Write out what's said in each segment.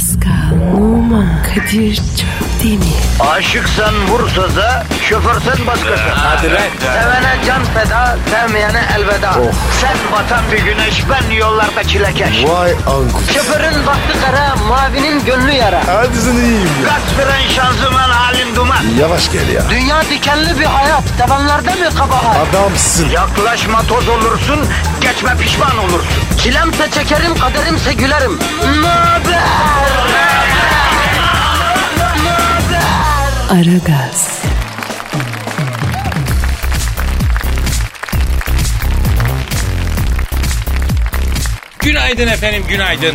Pascal, Oman, Kadir çok değil mi? Aşıksan vursa da, şoförsen başkasın. Hadi lan. Sevene can feda, sevmeyene elveda. Sen batan bir güneş, ben yollarda çilekeş. Vay anku. Şoförün baktı kara, mavinin gönlü yara. Hadi sen iyiyim ya. Kasperen şanzıman halin duman. Yavaş gel ya. Dünya dikenli bir hayat, sevenlerde mi kabahar? Adamsın. Yaklaşma toz olursun, geçme pişman olursun. Çilemse çekerim, kaderimse gülerim. Möber! Aragaz. Günaydın efendim, günaydın.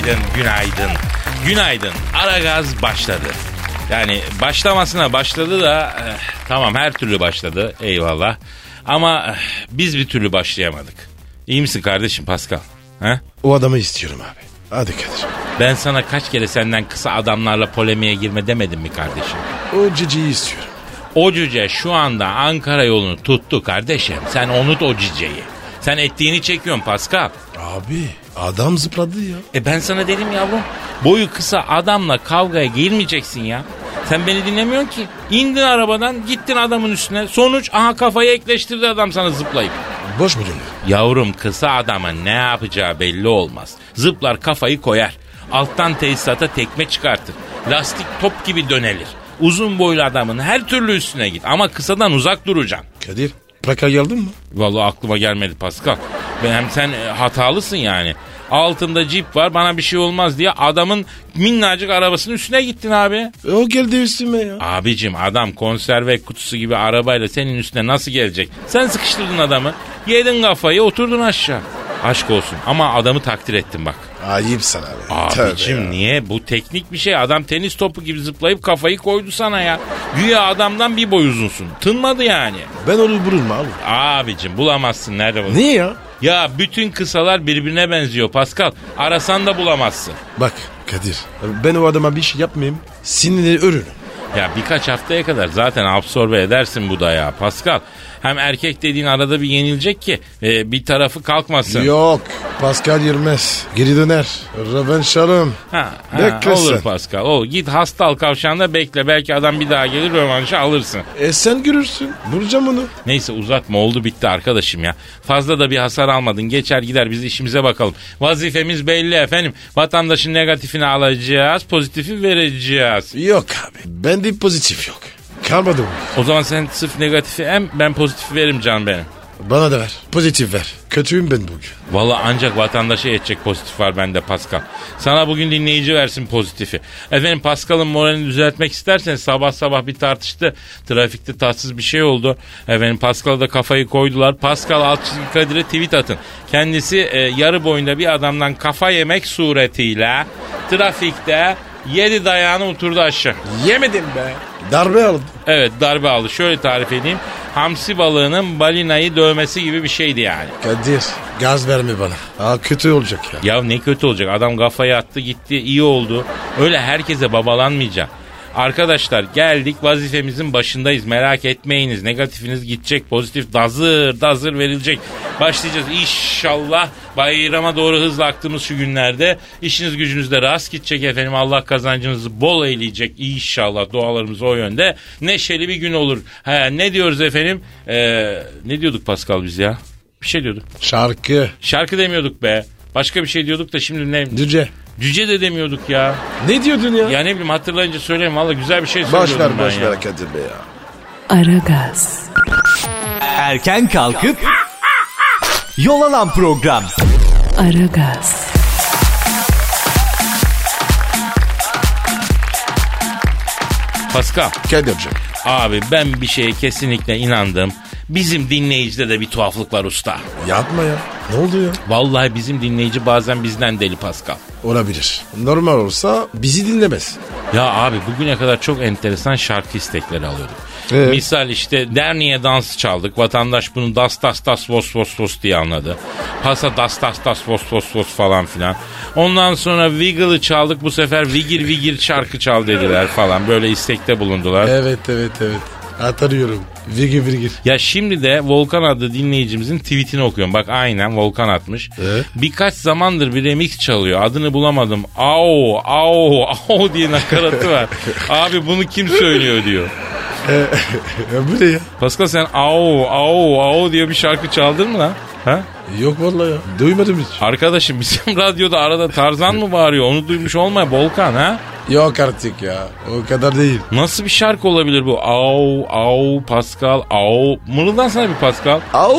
Aragaz başladı. Yani başlamasına başladı da tamam her türlü başladı eyvallah. Ama biz bir türlü başlayamadık. İyi misin kardeşim Pascal? He? O adamı istiyorum abi. Hadi Kadir. Ben sana kaç kere senden kısa adamlarla polemiğe girme demedim mi kardeşim? O ciciyi istiyorum. O cüce şu anda Ankara yolunu tuttu kardeşim. Sen unut o cüceyi. Sen ettiğini çekiyorsun Pascal. Abi adam zıpladı ya. Ben sana dedim yavrum. Boyu kısa adamla kavgaya girmeyeceksin ya. Sen beni dinlemiyorsun ki. İndin arabadan gittin adamın üstüne. Sonuç aha kafayı ekleştirdi adam sana zıplayıp. Boş mu cümle? Yavrum kısa adamın ne yapacağı belli olmaz. Zıplar kafayı koyar. Alttan tesisata tekme çıkartır. Lastik top gibi dönelir. Uzun boylu adamın her türlü üstüne git. Ama kısadan uzak duracaksın. Kadir plaka geldin mi? Vallahi aklıma gelmedi Pascal. Hem sen hatalısın yani. Altında cip var bana bir şey olmaz diye adamın minnacık arabasının üstüne gittin abi. O geldi üstüme ya. Abicim adam konserve kutusu gibi arabayla senin üstüne nasıl gelecek? Sen sıkıştırdın adamı. Yedin kafayı oturdun aşağı. Aşk olsun ama adamı takdir ettim bak. Ayıp sana be. Abicim niye? Bu teknik bir şey. Adam tenis topu gibi zıplayıp kafayı koydu sana ya. Güya adamdan bir boy uzunsun. Tınmadı yani. Ben onu bulurum abi. Abicim bulamazsın. Nerede bulamazsın? Niye ya? Ya bütün kısalar birbirine benziyor Pascal. Arasan da bulamazsın. Bak Kadir ben o adama bir şey yapmayayım. Sinirleri örürüm. Ya birkaç haftaya kadar zaten absorbe edersin bu dayağı Pascal. Hem erkek dediğin arada bir yenilecek ki bir tarafı kalkmasın. Yok Pascal Yılmaz geri döner. Rövanş alım. Bekle olur sen. Pascal. Olur. Git Hastal Kavşağı'nda bekle. Belki adam bir daha gelir rövanşı alırsın. Sen görürsün. Bulacağım onu. Neyse uzatma oldu bitti arkadaşım ya. Fazla da bir hasar almadın. Geçer gider biz işimize bakalım. Vazifemiz belli efendim. Vatandaşın negatifini alacağız. Pozitifi vereceğiz. Yok abi. Bende pozitif yok. Kalmadı mı? O zaman sen sırf negatifi ben pozitifi veririm canım benim. Bana da ver. Pozitif ver. Kötüyüm ben bugün. Vallahi ancak vatandaşa yetecek pozitif var bende Pascal. Sana bugün dinleyici versin pozitifi. Efendim Pascal'ın moralini düzeltmek isterseniz sabah sabah bir tartıştı. Trafikte tatsız bir şey oldu. Efendim Pascal'a da kafayı koydular. Pascal Altçizgi Kadir'e tweet atın. Kendisi yarı boyunda bir adamdan kafa yemek suretiyle trafikte 7 dayağını oturdu aşağı. Yemedim be. Darbe aldım. Evet darbe aldı. Şöyle tarif edeyim. Hamsi balığının balinayı dövmesi gibi bir şeydi yani. Kadir gaz verme bana. Kötü olacak ya. Ya ne kötü olacak. Adam kafayı attı gitti iyi oldu. Öyle herkese babalanmayacak. Arkadaşlar geldik vazifemizin başındayız. Merak etmeyiniz. Negatifiniz gidecek. Pozitif dazır verilecek. Başlayacağız inşallah. Bayrama doğru hızla aktığımız şu günlerde. İşiniz gücünüz de rast gidecek efendim. Allah kazancınızı bol eyleyecek inşallah. Dualarımız o yönde. Neşeli bir gün olur. Ne diyoruz efendim? Ne diyorduk Pascal biz ya? Bir şey diyorduk. Şarkı demiyorduk be. Başka bir şey diyorduk da şimdi ne? Cüce de demiyorduk ya. Ne diyordun ya? Ya ne bileyim hatırlayınca söyleyeyim. Valla güzel bir şey söylüyordum boş ver Kadir Bey ya. Aragaz. Erken kalkıp yol alan program. Aragaz. Pascal. Kadir'cim. Abi ben bir şeye kesinlikle inandım. Bizim dinleyicide de bir tuhaflık var usta. Yapma ya. Ne oldu ya? Vallahi bizim dinleyici bazen bizden deli Pascal. Olabilir. Normal olsa bizi dinlemez. Ya abi bugüne kadar çok enteresan şarkı istekleri alıyorduk. Evet. Misal işte derneğe dans çaldık. Vatandaş bunu das vos vos vos diye anladı. Pasa das vos vos vos falan filan. Ondan sonra Wiggle'ı çaldık. Bu sefer vigir şarkı çal dediler falan. Böyle istekte bulundular. Evet. Hatırlıyorum. Virgil. Ya şimdi de Volkan adlı dinleyicimizin tweetini okuyorum. Bak aynen Volkan atmış. Birkaç zamandır bir remix çalıyor. Adını bulamadım. Au diye nakaratı var. Abi bunu kim söylüyor diyor. Bu ne ya? Pascal sen au diye bir şarkı çaldın mı lan? Ha? Yok vallahi ya. Duymadım hiç. Arkadaşım bizim radyoda arada Tarzan mı bağırıyor? Onu duymuş olma Volkan ha? Yok artık ya. O kadar değil. Nasıl bir şarkı olabilir bu? Au Pascal au. Mırıldansana bir Pascal.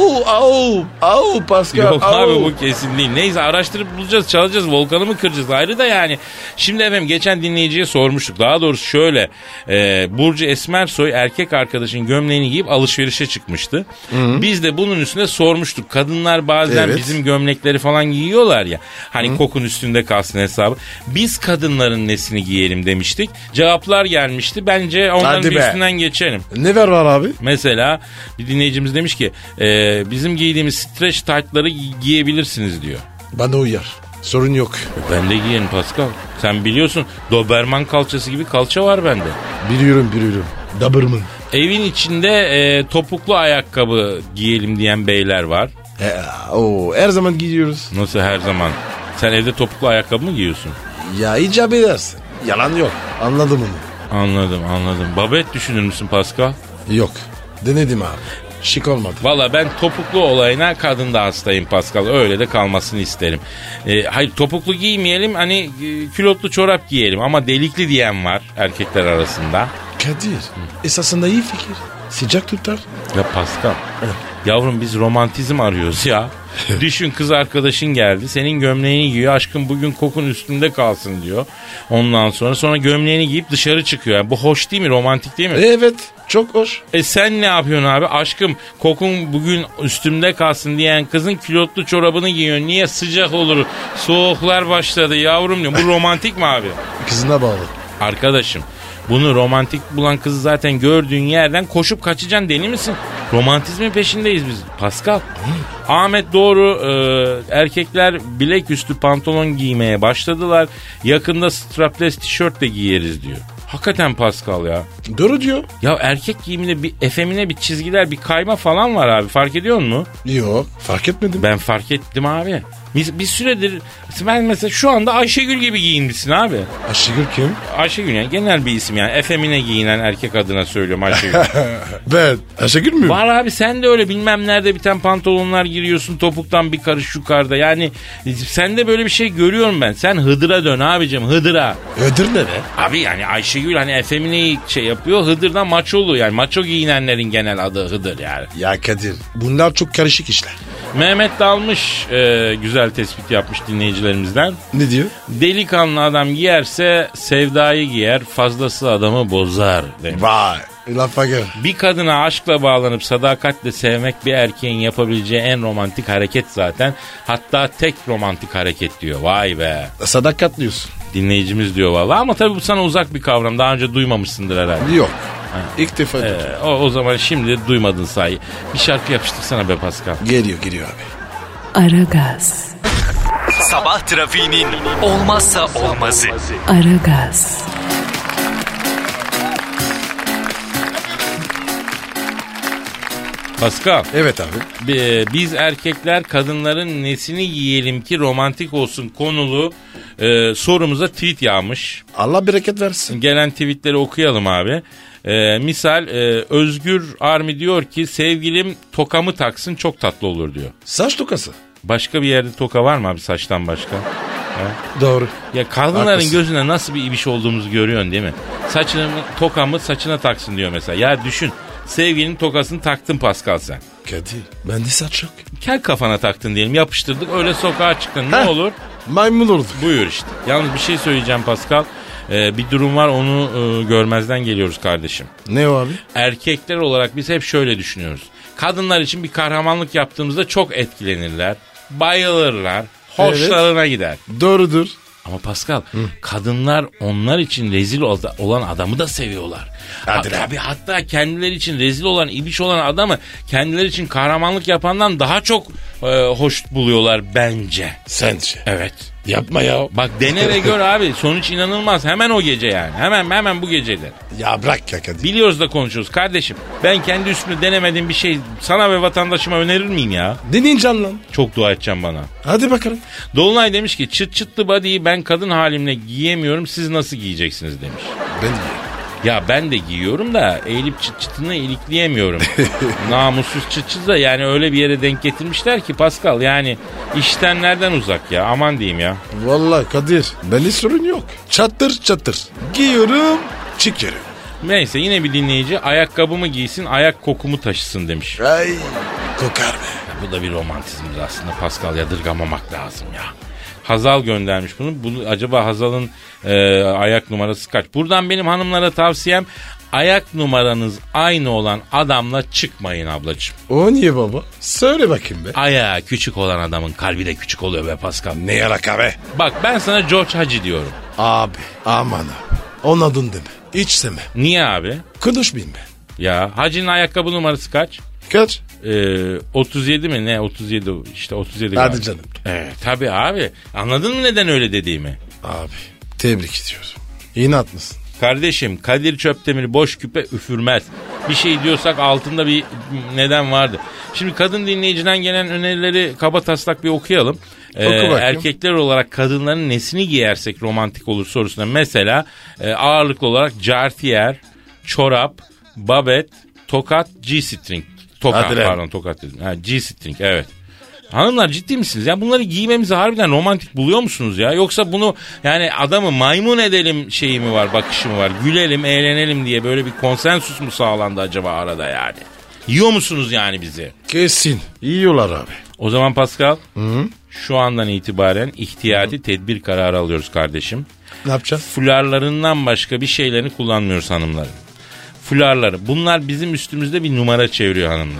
Au Pascal. Yok abi bu kesin değil. Neyse araştırıp bulacağız, çalacağız. Volkan'ı mı kıracağız? Ayrı da yani. Şimdi efendim geçen dinleyiciye sormuştuk. Daha doğrusu şöyle. Burcu Esmersoy erkek arkadaşın gömleğini giyip alışverişe çıkmıştı. Hı-hı. Biz de bunun üstüne sormuştuk. Kadınlar bazen bizim gömlekleri falan giyiyorlar ya. Hani kokun üstünde kalsın hesabı. Biz kadınların nesini giyelim demiştik. Cevaplar gelmişti. Bence onların üstünden geçelim. Ne var abi? Mesela bir dinleyicimiz demiş ki bizim giydiğimiz stretch tight'ları giyebilirsiniz diyor. Bana uyar. Sorun yok. Ben de giyerim Pascal. Sen biliyorsun Doberman kalçası gibi kalça var bende. Biliyorum. Doberman. Evin içinde topuklu ayakkabı giyelim diyen beyler var. Her zaman giyiyoruz. Nasıl her zaman? Sen evde topuklu ayakkabı mı giyiyorsun? Ya icap edersin. Yalan yok. Anladım onu. Anladım. Babet düşünür müsün Pascal? Yok. Denedim abi. Şık olmadı. Valla ben topuklu olayına kadında hastayım Pascal. Öyle de kalmasını isterim. Hayır topuklu giymeyelim hani külotlu çorap giyelim ama delikli diyen var erkekler arasında. Kadir esasında iyi fikir. Sıcak tutar. Ya Pascal. Yavrum biz romantizm arıyoruz ya. Düşün kız arkadaşın geldi. Senin gömleğini giyiyor. Aşkım bugün kokun üstünde kalsın diyor. Ondan sonra gömleğini giyip dışarı çıkıyor. Yani bu hoş değil mi? Romantik değil mi? Evet. Çok hoş. Sen ne yapıyorsun abi? Aşkım kokun bugün üstümde kalsın diyen kızın külotlu çorabını giyiyor. Niye? Sıcak olur. Soğuklar başladı yavrum diyor. Bu romantik mi abi? Kızına bağlı. Arkadaşım bunu romantik bulan kızı zaten gördüğün yerden koşup kaçacaksın, deli misin? Romantizmin peşindeyiz biz Pascal. Ahmet doğru, erkekler bilek üstü pantolon giymeye başladılar. Yakında strapless tişört de giyeriz diyor. Hakikaten Pascal ya. Doğru diyor. Ya erkek giyiminde bir efemine bir çizgiler, bir kayma falan var abi. Fark ediyor musun? Yok fark etmedim. Ben fark ettim abi. Bir süredir ben mesela şu anda Ayşegül gibi giyinmişsin abi. Ayşegül kim? Ayşegül yani genel bir isim yani. Efemine giyinen erkek adına söylüyorum Ayşegül. Ben Ayşegül müyüm? Var abi sen de öyle bilmem nerede biten pantolonlar giriyorsun topuktan bir karış yukarıda. Yani sen de böyle bir şey görüyorum ben. Sen Hıdır'a dön abicim Hıdır'a. Hıdır ne be? Abi yani Ayşegül hani efemineyi şey yapıyor Hıdır'dan maçolu yani maço giyinenlerin genel adı Hıdır yani. Ya Kadir bunlar çok karışık işler. Mehmet Dalmış güzel tespit yapmış dinleyicilerimizden. Ne diyor? Delikanlı adam giyerse sevdayı giyer, fazlası adamı bozar demiş. Vay lafa gel. Bir kadına aşkla bağlanıp sadakatle sevmek bir erkeğin yapabileceği en romantik hareket zaten. Hatta tek romantik hareket diyor. Vay be. Sadakat diyorsun. Dinleyicimiz diyor vallahi ama tabii bu sana uzak bir kavram. Daha önce duymamışsındır herhalde. Yok. İlk defa. O zaman şimdi duymadın sahi. Bir şarkı yapıştırsana be Pascal. Geliyor abi. Aragaz. Sabah trafiğinin olmazsa olmazı. Aragaz. Pascal. Evet abi. Biz erkekler kadınların nesini giyelim ki romantik olsun konulu sorumuza tweet yağmış. Allah bereket versin. Gelen tweetleri okuyalım abi. Misal Özgür Armi diyor ki sevgilim tokamı taksın çok tatlı olur diyor. Saç tokası. Başka bir yerde toka var mı abi saçtan başka? Doğru. Ya kadınların Haklısın. gözünde nasıl bir ibiş olduğumuzu görüyorsun değil mi? Tokamı saçına taksın diyor mesela. Ya düşün sevgilinin tokasını taktın Pascal sen. Kadir bende saç yok. Kel kafana taktın diyelim yapıştırdık öyle sokağa çıktın ne olur? Maymun olduk. Buyur işte. Yalnız bir şey söyleyeceğim Pascal. Bir durum var onu görmezden geliyoruz kardeşim. Ne o abi? Erkekler olarak biz hep şöyle düşünüyoruz. Kadınlar için bir kahramanlık yaptığımızda çok etkilenirler. Bayılırlar. Hoşlarına gider. Doğrudur. Ama Pascal kadınlar onlar için rezil olan adamı da seviyorlar. Hatta kendileri için rezil olan ibiş olan adamı kendileri için kahramanlık yapandan daha çok hoş buluyorlar bence. Sence? Evet. Yapma ya. Bak dene ve gör abi. Sonuç inanılmaz. Hemen o gece yani. Hemen bu gecede. Ya bırak ya Kadir. Biliyoruz da konuşuyoruz kardeşim. Ben kendi üstümde denemediğim bir şey sana ve vatandaşıma önerir miyim ya? Deneyin can lan. Çok dua edeceğim bana. Hadi bakalım. Dolunay demiş ki çıt çıtlı body'yi ben kadın halimle giyemiyorum. Siz nasıl giyeceksiniz demiş. Ben Ya ben de giyiyorum da eğilip çıt çıtını ilikleyemiyorum. Namussuz çıt çıt da yani öyle bir yere denk getirmişler ki Pascal yani iştenlerden uzak ya aman diyeyim ya. Vallahi Kadir bende sorun yok. Çatır çatır. Giyiyorum çıkıyorum. Neyse yine bir dinleyici ayakkabımı giysin ayak kokumu taşısın demiş. Ay kokar be. Bu da bir romantizmdir aslında Pascal yadırgamamak lazım ya. Hazal göndermiş bunu. Acaba Hazal'ın ayak numarası kaç? Buradan benim hanımlara tavsiyem ayak numaranız aynı olan adamla çıkmayın ablacığım. O niye baba? Söyle bakayım be. Ayağı küçük olan adamın kalbi de küçük oluyor be Pascal. Ne yalaka be? Bak ben sana George Hacı diyorum. Abi aman abi. Onun adını deme. Hiç sevme. Niye abi? Konuşmayayım ben. Ya Hacı'nın ayakkabı numarası kaç? Kaç? 37 mi ne 37 işte 37 Hadi galiba. canım. Tabii abi anladın mı neden öyle dediğimi? Abi tebrik ediyorum. İnat mısın? Kardeşim Kadir Çöptemir boş küpe üfürmez. Bir şey diyorsak altında bir neden vardı. Şimdi kadın dinleyiciden gelen önerileri kaba taslak bir okuyalım. Erkekler olarak kadınların nesini giyersek romantik olur sorusuna mesela ağırlıklı olarak jartiyer, çorap, babet, tokat, G-string. Tokat dedim. G-string evet. Hanımlar ciddi misiniz? Ya bunları giymemizi harbiden romantik buluyor musunuz ya? Yoksa bunu yani adamı maymun edelim şeyi mi var, bakışı mı var? Gülelim, eğlenelim diye böyle bir konsensus mu sağlandı acaba arada yani? Yiyor musunuz yani bizi? Kesin. Yiyorlar abi. O zaman Pascal, şu andan itibaren ihtiyati tedbir kararı alıyoruz kardeşim. Ne yapacağız? Fularlarından başka bir şeylerini kullanmıyoruz hanımların. Fularları. Bunlar bizim üstümüzde bir numara çeviriyor hanımlar.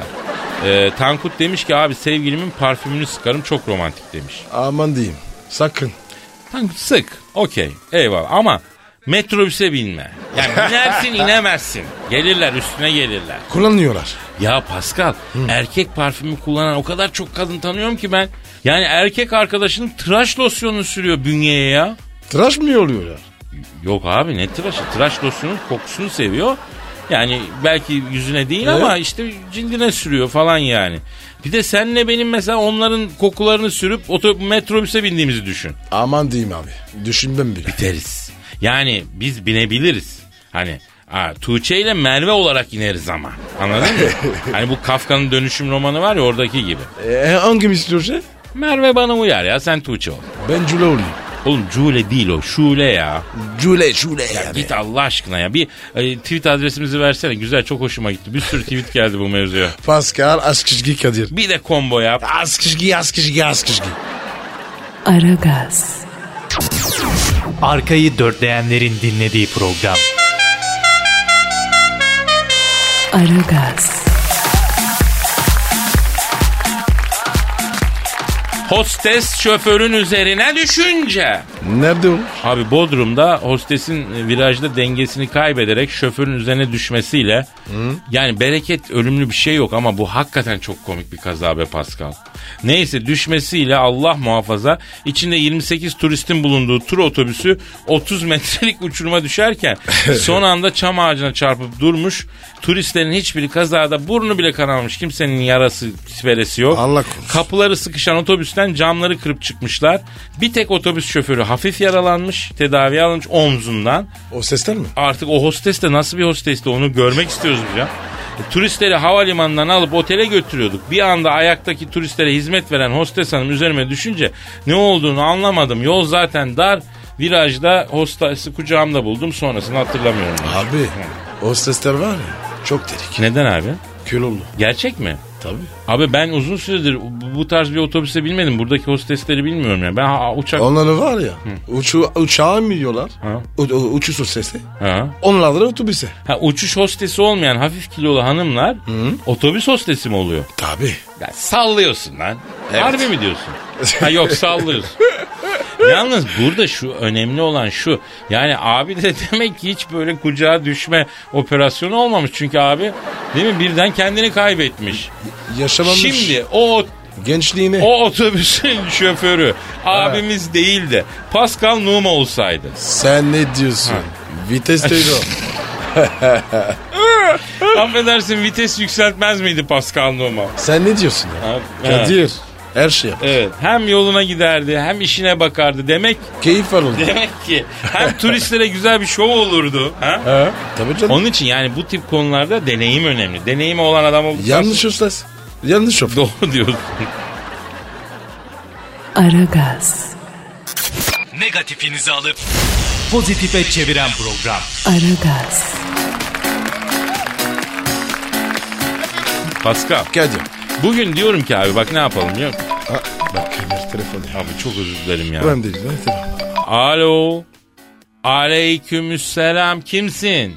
Tankut demiş ki abi sevgilimin parfümünü sıkarım çok romantik demiş. Aman diyeyim. Sakın. Tankut sık. Okey. Eyvallah ama metrobüse binme. Yani inersin inemezsin. Gelirler üstüne gelirler. Kullanıyorlar. Ya Pascal erkek parfümü kullanan o kadar çok kadın tanıyorum ki ben. Yani erkek arkadaşının tıraş losyonunu sürüyor bünyeye ya. Tıraş mı oluyorlar? Yok abi ne tıraşı? Tıraş losyonun kokusunu seviyor. Yani belki yüzüne değil ama işte cildine sürüyor falan yani. Bir de senle benim mesela onların kokularını sürüp metrobüse bindiğimizi düşün. Aman diyeyim abi. Düşünmem bile. Biteriz. Yani biz binebiliriz. Hani Tuğçe ile Merve olarak ineriz ama. Anladın mı? Hani bu Kafka'nın Dönüşüm romanı var ya oradaki gibi. Hangimiz Tuğçe? Merve bana uyar ya sen Tuğçe ol. Ben Cule olayım. Oğlum Cule değil o Şule ya. Cule Ya yani. git Allah aşkına ya. Bir tweet adresimizi versene. Güzel çok hoşuma gitti. Bir sürü tweet geldi bu mevzuya. Pascal Askışgi Kadir. Bir de combo yap. Askışgi. Aragaz, Arkayı dörtleyenlerin dinlediği program. Aragaz, Hostes şoförün üzerine düşünce. Nerede o? Abi Bodrum'da hostesin virajda dengesini kaybederek şoförün üzerine düşmesiyle yani bereket ölümlü bir şey yok ama bu hakikaten çok komik bir kaza be Pascal. Neyse düşmesiyle Allah muhafaza içinde 28 turistin bulunduğu tur otobüsü 30 metrelik uçuruma düşerken son anda çam ağacına çarpıp durmuş. Turistlerin hiçbiri kazada burnu bile kanamamış. Kimsenin yarası veresi yok. Allah korusun. Kapıları sıkışan otobüsten camları kırıp çıkmışlar. Bir tek otobüs şoförü hafif yaralanmış. Tedavi alınmış omzundan. O sesler mi? Artık o hostes de nasıl bir hostesti onu görmek istiyoruz ya. Turistleri havalimanından alıp otele götürüyorduk. Bir anda ayaktaki turistlere hizmet veren hostes hanım üzerime düşünce ne olduğunu anlamadım. Yol zaten dar. Virajda hostesi kucağımda buldum. Sonrasını hatırlamıyorum. Abi hostesler var ya çok tehlikeli. Neden abi? Kül oldu. Gerçek mi? Tabii. Abi ben uzun süredir bu tarz bir otobüse binmedim. Buradaki hostesleri bilmiyorum ya. Ben uçak... Onları var ya uçağa mı yiyorlar? Ha. Uçuş hostesi. Ha. Onlar da otobüse. Uçuş hostesi olmayan hafif kilolu hanımlar otobüs hostesi mi oluyor? Tabii. Ya sallıyorsun lan. Evet. Harbi mi diyorsun? Yok sallıyorsun. Yalnız burada şu önemli olan şu. Yani abi de demek ki hiç böyle kucağa düşme operasyonu olmamış. Çünkü abi değil mi birden kendini kaybetmiş. Yaşamamış. Şimdi o Gençliğine. O otobüsün şoförü abimiz değil de Pascal Numa olsaydı. Sen ne diyorsun? Vites değil o. Affedersin, vites yükseltmez miydi Pascal Numa? Sen ne diyorsun ya? Kadir. Her şey yapar. Evet, hem yoluna giderdi hem işine bakardı. Demek Keyif alırdı. demek ki hem turistlere güzel bir şov olurdu. Ha? Ha? Tabii canım. Onun için yani bu tip konularda deneyim önemli. Deneyimi olan adam olduktan Yanlış ustas. Yanlış şoför. Doğru diyorsun. Aragaz, Negatifinizi alıp pozitife çeviren program. Aragaz, Pascal, Kadir. bugün diyorum ki abi bak ne yapalım biliyor musun? Ha, bak Kadir telefonu. Abi çok özür dilerim ya. Ben değil. Ben telefon. Alo. Aleykümselam, kimsin?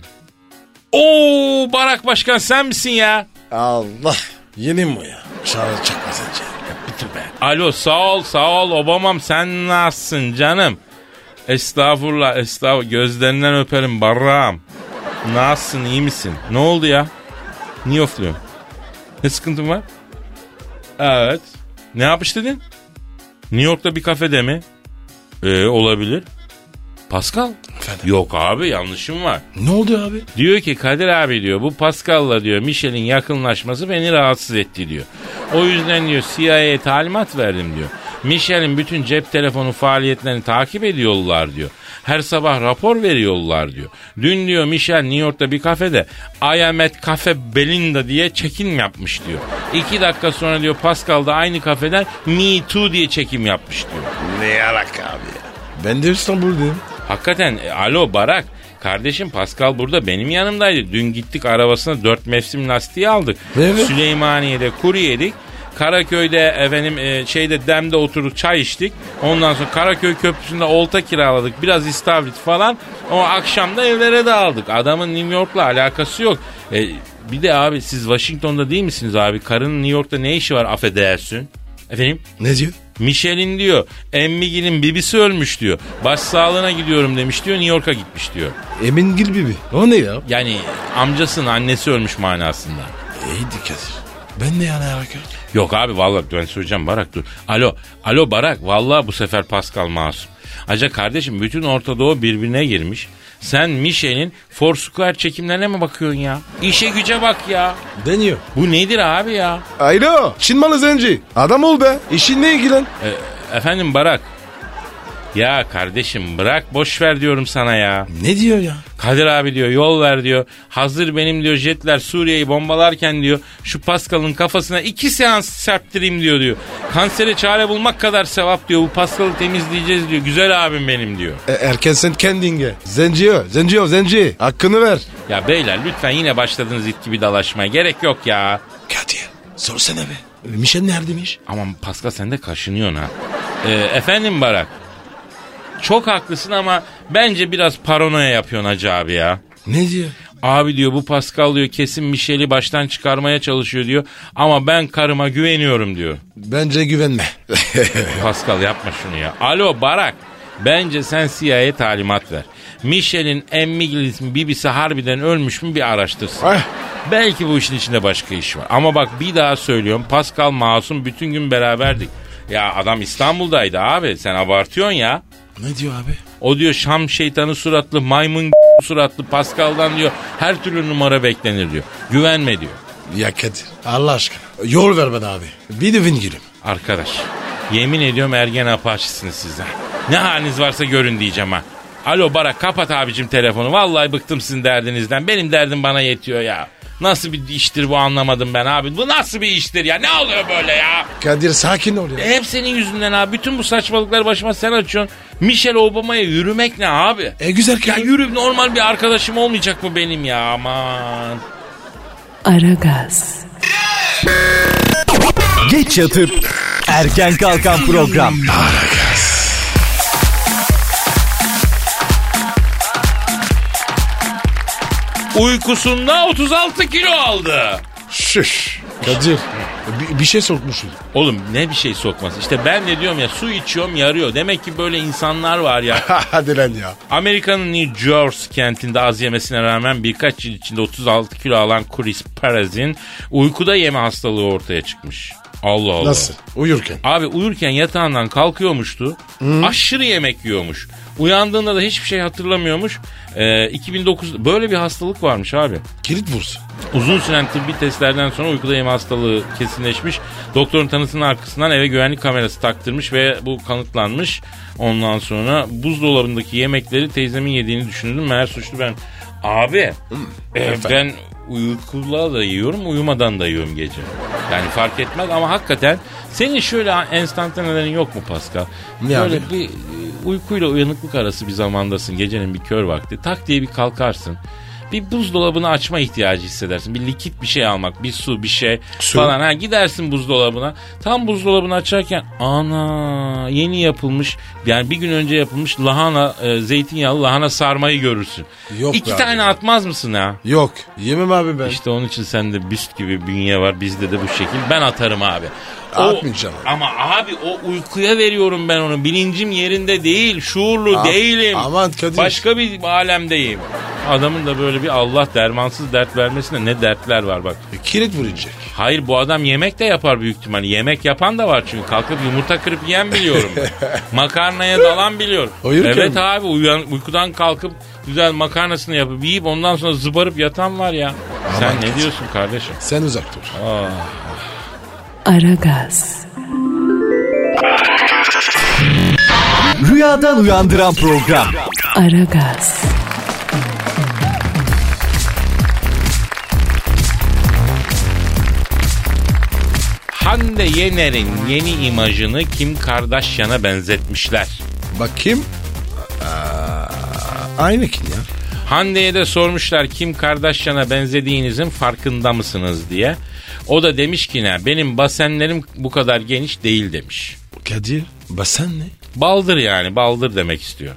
Oo, Barak Başkan sen misin ya? Allah. Yeni mi o ya? Çağrı çakmaz önce. Alo, sağ ol Obamam, sen nasılsın canım? Estağfurullah, gözlerinden öperim Barram. Nasılsın, iyi misin? Ne oldu ya? Niye ofluyorsun? Ne sıkıntın var? Evet. Ne yapmış dedin? New York'ta bir kafede mi? Olabilir. Pascal? Efendim? Yok abi, yanlışım var. Ne oldu abi? Diyor ki Kadir abi diyor, bu Pascal'la diyor Michel'in yakınlaşması beni rahatsız etti diyor. O yüzden diyor CIA'ye talimat verdim diyor. Michel'in bütün cep telefonu faaliyetlerini takip ediyorlar diyor. Her sabah rapor veriyorlar diyor. Dün diyor Michel New York'ta bir kafede I am at Cafe Belinda diye çekim yapmış diyor. 2 dakika sonra diyor Pascal da aynı kafeden Me Too diye çekim yapmış diyor. Ne alaka abi ya? Ben de İstanbul'dayım. Hakikaten alo Barak. Kardeşim Pascal burada benim yanımdaydı. Dün gittik arabasına 4 mevsim lastiği aldık. Evet. Süleymaniye'de kuru yedik. Karaköy'de şeyde demde oturduk çay içtik. Ondan sonra Karaköy Köprüsü'nde olta kiraladık. Biraz istavrit falan. O akşam da evlere dağıldık. Adamın New York'la alakası yok. Bir de abi siz Washington'da değil misiniz abi? Karının New York'ta ne işi var affedersin? Efendim? Ne diyor? Michel'in diyor Emmigil'in bibisi ölmüş diyor. Başsağlığına gidiyorum demiş diyor, New York'a gitmiş diyor. Emingil Bibi. O ne ya? Yani amcasının annesi ölmüş manasında. İyiydi Kadir. Ben ne yani alaka? Yok abi vallahi ben söyleyeceğim Barak dur. Alo Barak vallahi bu sefer Pascal masum. Acaba kardeşim bütün Orta Doğu birbirine girmiş. Sen Michel'in Foursquare çekimlerine mi bakıyorsun ya? İşe güce bak ya. Deniyor. Bu nedir abi ya? Alo. Çin malı zenci. Adam ol be. İşinle ilgilen. Efendim Barak. Ya kardeşim bırak boş ver diyorum sana ya. Ne diyor ya? Kadir abi diyor yol ver diyor. Hazır benim diyor jetler Suriye'yi bombalarken diyor şu Pascal'ın kafasına 2 seans serptireyim diyor. Kansere çare bulmak kadar sevap diyor. Bu Pascal'ı temizleyeceğiz diyor. Güzel abim benim diyor. Erken sen kendinge. Zenci. Hakkını ver. Ya beyler lütfen yine başladınız it gibi dalaşmaya. Gerek yok ya. Kadir. Sorsana be. Michel neredeymiş? Aman Pascal sen de kaşınıyorsun ha. Efendim Barak. Çok haklısın ama bence biraz paranoya yapıyorsun hacı abi ya. Ne diyor? Abi diyor bu Pascal diyor kesin Michel'i baştan çıkarmaya çalışıyor diyor. Ama ben karıma güveniyorum diyor. Bence güvenme. Pascal yapma şunu ya. Alo Barak. Bence sen CIA'ye talimat ver. Michel'in Emmigil'in bibisi harbiden ölmüş mü bir araştırsın. Belki bu işin içinde başka iş var. Ama bak bir daha söylüyorum. Pascal masum bütün gün beraberdik. Ya adam İstanbul'daydı abi. Sen abartıyorsun ya. Ne diyor abi? O diyor Şam şeytanı suratlı maymun suratlı Pascal'dan diyor her türlü numara beklenir diyor. Güvenme diyor. Ya Kadir Allah aşkına yol ver bana abi. Bir de vingilim. Arkadaş yemin ediyorum ergen apaçısınız size. Ne haliniz varsa görün diyeceğim ha. Alo Barak kapat abicim telefonu. Vallahi bıktım sizin derdinizden. Benim derdim bana yetiyor ya. Nasıl bir iştir bu anlamadım ben abi. Bu nasıl bir iştir ya? Ne oluyor böyle ya? Kadir sakin ol ya. Hep senin yüzünden abi. Bütün bu saçmalıkları başıma sen açıyorsun. Michelle Obama'ya yürümek ne abi? Güzel Ya Kadir. yürü normal bir arkadaşım olmayacak mı benim ya aman. Aragaz, Geç yatıp erken kalkan program. Uykusunda 36 kilo aldı. Şüş. Kadir bir şey sokmuşsun. Oğlum ne bir şey sokması. İşte ben de diyorum ya su içiyorum yarıyor. Demek ki böyle insanlar var ya. Hadi lan ya. Amerika'nın New Jersey kentinde az yemesine rağmen birkaç yıl içinde 36 kilo alan Chris Perez'in uykuda yeme hastalığı ortaya çıkmış. Allah Allah. Nasıl? Uyurken. Abi uyurken yatağından kalkıyormuştu. Aşırı yemek yiyormuş. Uyandığında da hiçbir şey hatırlamıyormuş. 2009 böyle bir hastalık varmış abi. Kilit vursun. Uzun süren tıbbi testlerden sonra uykuda yeme hastalığı kesinleşmiş. Doktorun tanısının arkasından eve güvenlik kamerası taktırmış ve bu kanıtlanmış. Ondan sonra buzdolabındaki yemekleri teyzemin yediğini düşündüm. Meğer suçlu ben. Abi ben uykula da yiyorum, uyumadan da yiyorum gece. Yani fark etmez ama hakikaten senin şöyle enstantanelerin yok mu Pascal? Ne böyle abi? bir uykuyla uyanıklık arası bir zamandasın, gecenin bir kör vakti. Tak diye bir kalkarsın. Bir buzdolabını açma ihtiyacı hissedersin. Bir likit bir şey almak, bir su, bir şey falan. Ha, gidersin buzdolabına. Tam buzdolabını açarken ana yeni yapılmış, yani bir gün önce yapılmış lahana, zeytinyağlı lahana sarmayı görürsün. Yok 2 be tane abi. atmaz mısın ha? Yok. Yemem abi ben. İşte onun için sende büst gibi bünye var. Bizde de bu şekil. Ben atarım abi. Atmayacağım. Ama abi o uykuya veriyorum ben onu. Bilincim yerinde değil. Şuurlu değilim. Aman Kadir. Başka bir alemdeyim. Adamın da böyle bir Allah dermansız dert vermesine ne dertler var bak. Kilit vuracak. Hayır bu adam yemek de yapar büyük ihtimalle. Yemek yapan da var çünkü. Kalkıp yumurta kırıp yiyen biliyorum ben. Makarnaya dalan biliyorum. Uyurken evet mi? abi uykudan kalkıp güzel makarnasını yapıp yiyip ondan sonra zıbarıp yatan var ya. Aman Sen ne Kadir. diyorsun kardeşim? Sen uzak dur. Aragaz, Rüyadan uyandıran program. Aragaz, Hande Yener'in yeni imajını Kim Kardashian'a benzetmişler. Bakayım. Aynı kim ya? Hande'ye de sormuşlar Kim Kardashian'a benzediğinizin farkında mısınız diye. O da demiş ki ne, benim basenlerim bu kadar geniş değil demiş. Kadir basen ne? Baldır yani, baldır demek istiyor.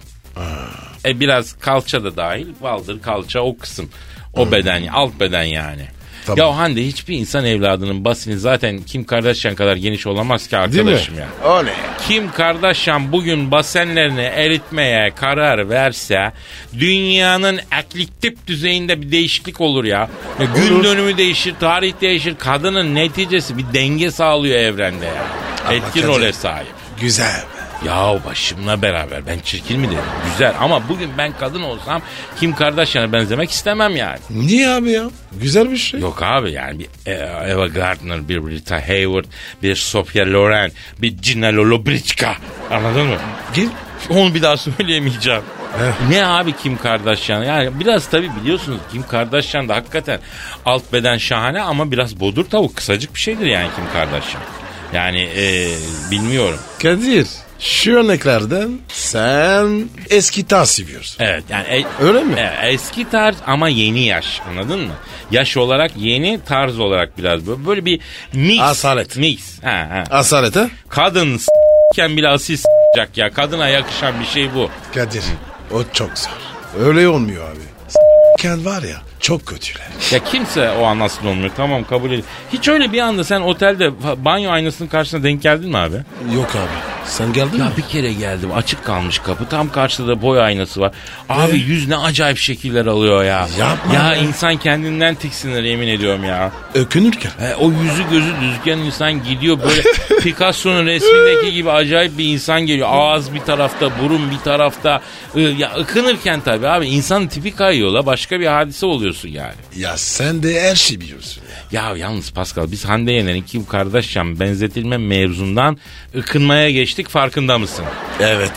Biraz kalça da dahil, baldır kalça o kısım. O beden, alt beden yani. Tamam. Ya Hande, hiçbir insan evladının basini zaten Kim Kardashian kadar geniş olamaz ki arkadaşım ya. O ne ya? Kim Kardashian bugün basenlerini eritmeye karar verse dünyanın ekliktip düzeyinde bir değişiklik olur ya. Gün dönümü değişir, tarih değişir. Kadının neticesi bir denge sağlıyor evrende ya. Etkin Kadir, role sahip. Güzel. Ya başımla beraber ben çirkin mi dedim? Güzel ama bugün ben kadın olsam Kim Kardashian'a benzemek istemem yani. Niye abi ya? Güzel bir şey. Yok abi yani bir Eva Gardner, bir Rita Hayworth, bir Sofia Loren, bir Gina Lollobrigida. Anladın mı? Gel. Onu bir daha söyleyemeyeceğim. Ne abi Kim Kardashian? Yani biraz tabii biliyorsunuz Kim Kardashian da hakikaten alt beden şahane ama biraz bodur tavuk, kısacık bir şeydir yani Kim Kardashian. Yani bilmiyorum. Kadir şu örneklerden sen eski tarz seviyorsun. Evet yani Öyle mi? Eski tarz ama yeni yaş, anladın mı? Yaş olarak yeni, tarz olarak biraz böyle bir mix. Asalet. Mix. Ha. Asalet ha? Kadın s**ken bile asil s**cak ya. Kadına yakışan bir şey bu. Kadir o çok zor. Öyle olmuyor abi. S**ken var ya çok kötüler. Ya kimse o an nasıl olmuyor, tamam kabul ediyorum. Hiç öyle bir anda sen otelde banyo aynasının karşısına denk geldin mi abi? Yok abi. Sen geldin Ya mi? bir kere geldim, açık kalmış kapı, tam karşıda da boy aynası var. Abi yüz ne acayip şekiller alıyor ya. Yapma ya be. insan kendinden tiksinir, yemin ediyorum ya. Ökünürken. O yüzü gözü düzgün insan gidiyor böyle Picasso'nun resmindeki gibi acayip bir insan geliyor. Ağız bir tarafta, burun bir tarafta. Ya ıkınırken tabii abi insanın tipi kayıyor la, başka bir hadise oluyorsun yani. Ya sen de her şeyi biliyorsun ya. Ya yalnız Pascal, biz Hande Yener'in Kim Kardashian benzetilme mevzundan ıkınmaya geçtik, farkında mısın? Evet.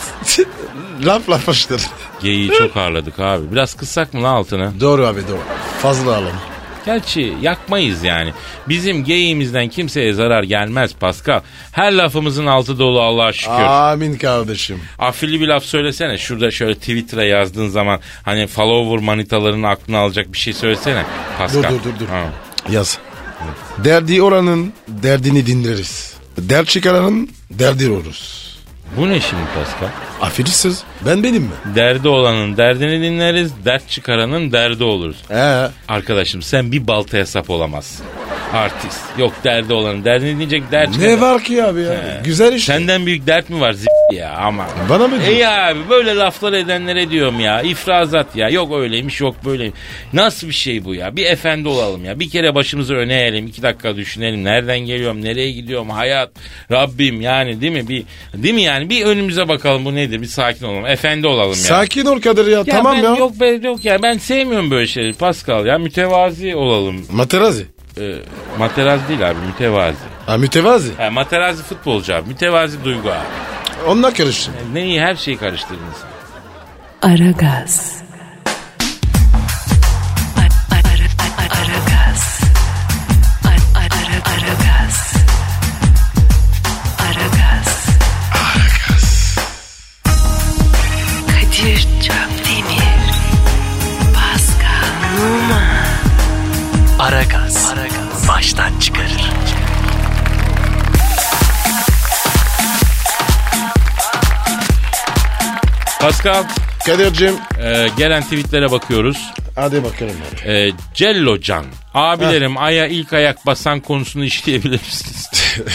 laf lafıştır. Geyiği çok ağırladık abi. Biraz kıssak mı lan altını? Doğru abi doğru. Fazla alalım. Gerçi yakmayız yani. Bizim geyiğimizden kimseye zarar gelmez Pascal. Her lafımızın altı dolu Allah'a şükür. Amin kardeşim. Afilli bir laf söylesene. Şurada şöyle Twitter'a yazdığın zaman hani follower manitalarının aklını alacak bir şey söylesene Pascal. Dur. Ha. Yaz. Derdi oranın derdini dinleriz. Dert çıkaranın derdi oluruz. Bu ne şimdi Pascal? Afilitsiz. Ben benim mi? Derdi olanın derdini dinleriz, dert çıkaranın derdi oluruz. Arkadaşım sen bir baltaya sap olamazsın. Artist. Yok derdi olanın. Derdini diyecek dert. Ne var ki abi ya? Güzel işte. Senden büyük dert mi var ya ama. Bana mı diyorsun? İyi abi böyle laflar edenlere diyorum ya. İfrazat ya. Yok öyleymiş yok böyleymiş. Nasıl bir şey bu ya? Bir efendi olalım ya. Bir kere başımızı öne eğelim. 2 dakika düşünelim. Nereden geliyorum? Nereye gidiyorum? Hayat. Rabbim yani değil mi? Değil mi yani? Bir önümüze bakalım bu nedir? Bir sakin olalım. Efendi olalım ya. Sakin ol Kadir ya. Tamam ya. Yok ya ben sevmiyorum böyle şeyleri Pascal ya. Mütevazi olalım. Materazzi. Materazzi değil abi mütevazi. Ha mütevazi. Materazzi futbolcu abi. Mütevazi duygu abi. Onunla karıştın. Neyi her şeyi karıştırdınız. Aragaz. Kadir Çöpdemir, Pascal Numa. Aragaz. Baştan çıkarır. Pascal, Kadir'cim. gelen tweetlere bakıyoruz. Hadi bakalım. Cello Can. Abilerim aya ilk ayak basan konusunu işleyebilir misiniz?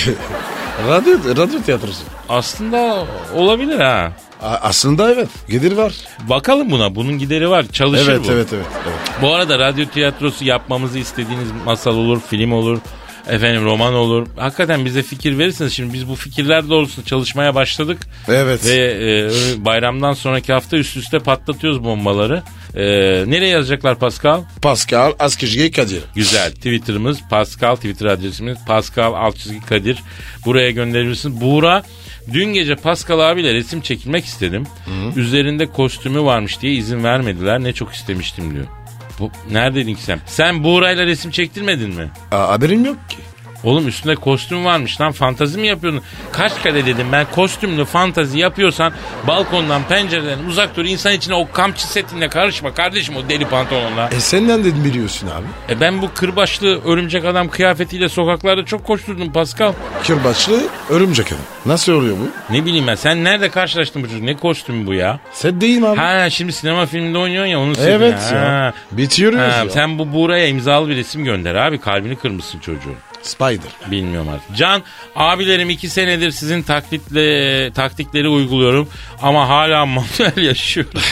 radyo tiyatrosu. Aslında olabilir ha. Aslında evet. Gidir var. Bakalım buna. Bunun gideri var. Çalışır Evet, bu. evet. Bu arada radyo tiyatrosu yapmamızı istediğiniz masal olur, film olur, efendim roman olur. Hakikaten bize fikir verirseniz şimdi biz bu fikirler doğrultusunda çalışmaya başladık. Evet. Ve bayramdan sonraki hafta üst üste patlatıyoruz bombaları. Nereye yazacaklar Pascal? Pascal Askizgi Kadir. Güzel. Twitter'ımız Pascal, Twitter adresimiz Pascal _Kadir. Buraya gönderebilirsiniz. Buğra, dün gece Pascal abiyle resim çekilmek istedim. Hı. Üzerinde kostümü varmış diye izin vermediler. Ne çok istemiştim diyor. Neredeydin ki sen? Sen Buğra'yla resim çektirmedin mi? Haberim yok ki. Oğlum üstünde kostüm varmış lan, fantazi mi yapıyordun? Kaç kere dedim ben, kostümlü fantazi yapıyorsan balkondan pencereden uzak dur, insan içine o kamçı setinle karışma kardeşim o deli pantolonla. Sen nereden biliyorsun abi? Ben bu kırbaçlı örümcek adam kıyafetiyle sokaklarda çok koşturdum Pascal. Kırbaçlı örümcek adam. Nasıl oluyor bu? Ne bileyim ben, sen nerede karşılaştın bu çocuk, ne kostümü bu ya? Set değil mi abi? Ha şimdi sinema filminde oynuyorsun ya onun seti. Evet ya. Bitiyoruz ya. Sen bu Buğra'ya imzalı bir resim gönder abi, kalbini kırmışsın çocuğun. Spider. Bilmiyorum artık. Can, abilerim 2 senedir sizin taktikleri uyguluyorum ama hala manuel yaşıyorum.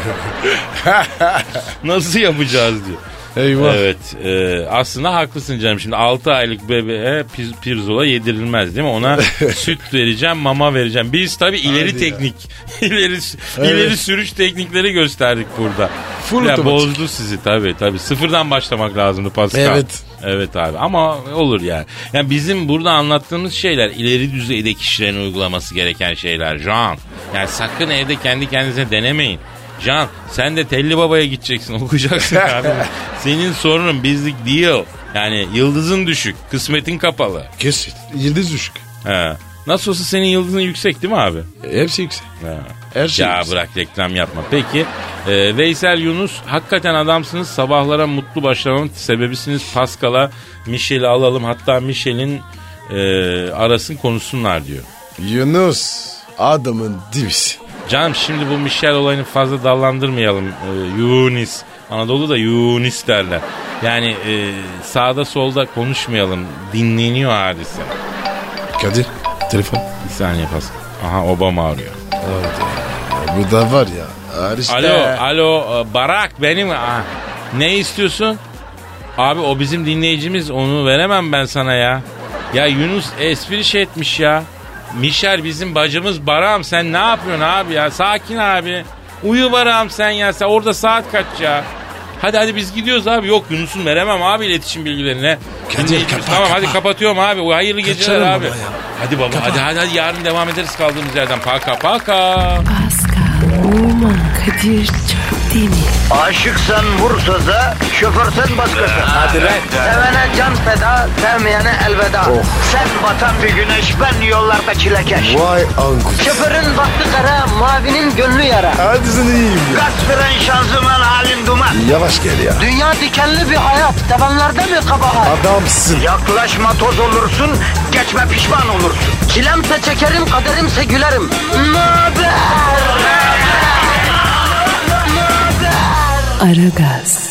Nasıl yapacağız diyor. Eyvah. Evet aslında haklısın canım. Şimdi 6 aylık bebeğe pirzola yedirilmez değil mi? Ona süt vereceğim, mama vereceğim. Biz tabii ileri teknik, ileri sürüş teknikleri gösterdik burada. Full ya otomatik. bozdu sizi tabii. Sıfırdan başlamak lazımdı Pascal. Evet. Evet abi ama olur yani. Yani bizim burada anlattığımız şeyler ileri düzeyde kişilerin uygulaması gereken şeyler Can. Yani sakın evde kendi kendinize denemeyin. Can, sen de Telli Baba'ya gideceksin, okuyacaksın abi. Senin sorunun bizlik değil. Yani yıldızın düşük, kısmetin kapalı. Kesin. Yıldız düşük. He. Nasıl olsa senin yıldızın yüksek değil mi abi? Hepsi yüksek. He. Her şey Ya yüksek. bırak reklam yapma. Peki Veysel Yunus, hakikaten adamsınız, sabahlara mutlu başlamamın sebebisiniz. Pascal'a Michel'i alalım, hatta Michel'in arasın konuşsunlar diyor. Yunus adamın dibisi. Canım şimdi bu Michel olayını fazla dallandırmayalım. Yunis. Anadolu'da Yunis derler. Yani sağda solda konuşmayalım. Dinleniyor hadise. Kadir telefon. Bir saniye Pascal. Aha Obama arıyor. Bu da var ya. Işte. Alo Barak benim. Aha. Ne istiyorsun? Abi o bizim dinleyicimiz, onu veremem ben sana ya. Ya Yunus espri şey etmiş ya. Michel bizim bacımız Barak'ım, sen ne yapıyorsun abi ya? Sakin abi. Uyu Barak'ım sen ya. Sen orada saat kaç ya? Hadi biz gidiyoruz abi. Yok Yunus'un veremem abi iletişim bilgilerini. Tamam hadi kapatıyorum abi. Hayırlı geceler abi. Hadi baba hadi yarın devam ederiz kaldığımız yerden. Paka. Pascal, Oman, Kadir Çöpdemir. Aşıksan vursa da, şoförsen başkasın. Hadi lan. Sevene can feda, sevmeyene elveda. Sen batan bir güneş, ben yollarda çilekeş. Vay anku. Şoförün baktı kara, mavinin gönlü yara. Hadi sen iyiyim ya. Kasperen şanzıman halin duman. Yavaş gel ya. Dünya dikenli bir hayat, sevenlerde mi kabahar? Adamsın. Yaklaşma toz olursun, geçme pişman olursun. Çilemse çekerim, kaderimse gülerim. Möber! Aragaz.